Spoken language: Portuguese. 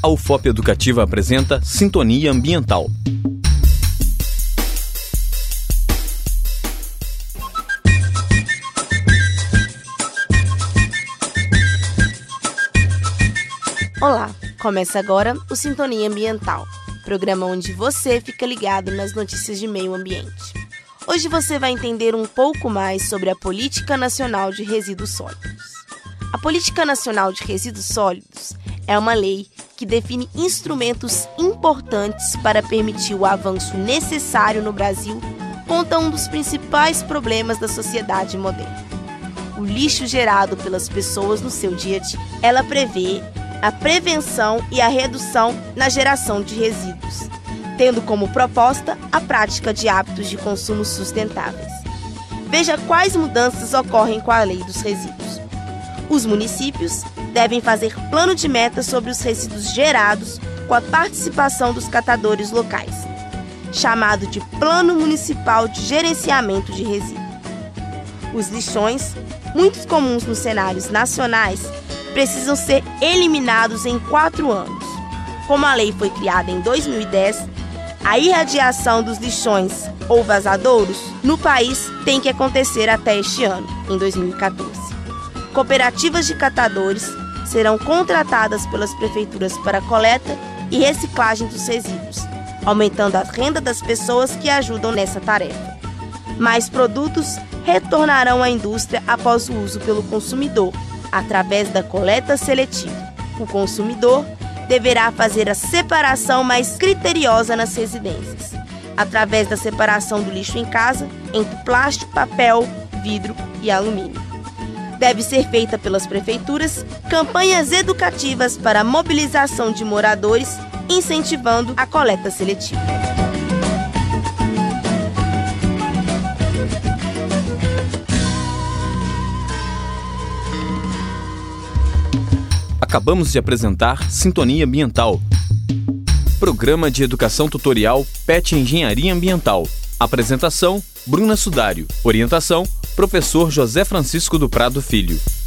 A UFOP Educativa apresenta Sintonia Ambiental. Olá, começa agora o Sintonia Ambiental, programa onde você fica ligado nas notícias de meio ambiente. Hoje você vai entender um pouco mais sobre a Política Nacional de Resíduos Sólidos. A Política Nacional de Resíduos Sólidos é uma lei que define instrumentos importantes para permitir o avanço necessário no Brasil contra um dos principais problemas da sociedade moderna: o lixo gerado pelas pessoas no seu dia a dia. Ela prevê a prevenção e a redução na geração de resíduos, tendo como proposta a prática de hábitos de consumo sustentáveis. Veja quais mudanças ocorrem com a Lei dos Resíduos. Os municípios devem fazer plano de metas sobre os resíduos gerados com a participação dos catadores locais, chamado de Plano Municipal de Gerenciamento de Resíduos. Os lixões, muito comuns nos cenários nacionais, precisam ser eliminados em 4 anos. Como a lei foi criada em 2010, a irradiação dos lixões ou vazadouros no país tem que acontecer até este ano, em 2014. Cooperativas de catadores serão contratadas pelas prefeituras para coleta e reciclagem dos resíduos, aumentando a renda das pessoas que ajudam nessa tarefa. Mais produtos retornarão à indústria após o uso pelo consumidor, através da coleta seletiva. O consumidor deverá fazer a separação mais criteriosa nas residências, através da separação do lixo em casa entre plástico, papel, vidro e alumínio. Deve ser feita pelas prefeituras campanhas educativas para a mobilização de moradores, incentivando a coleta seletiva. Acabamos de apresentar Sintonia Ambiental, programa de educação tutorial PET Engenharia Ambiental. Apresentação: Bruna Sudário. Orientação: Professor José Francisco do Prado Filho.